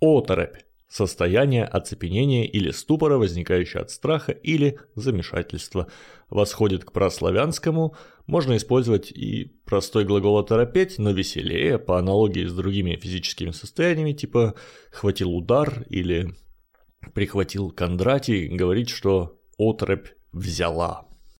Оторопь – состояние оцепенения или ступора, возникающее от страха или замешательства. Восходит к праславянскому, можно использовать и простой глагол «оторопеть», но веселее, по аналогии с другими физическими состояниями, типа «хватил удар» или «прихватил Кондратий», говорить, что оторопь взяла.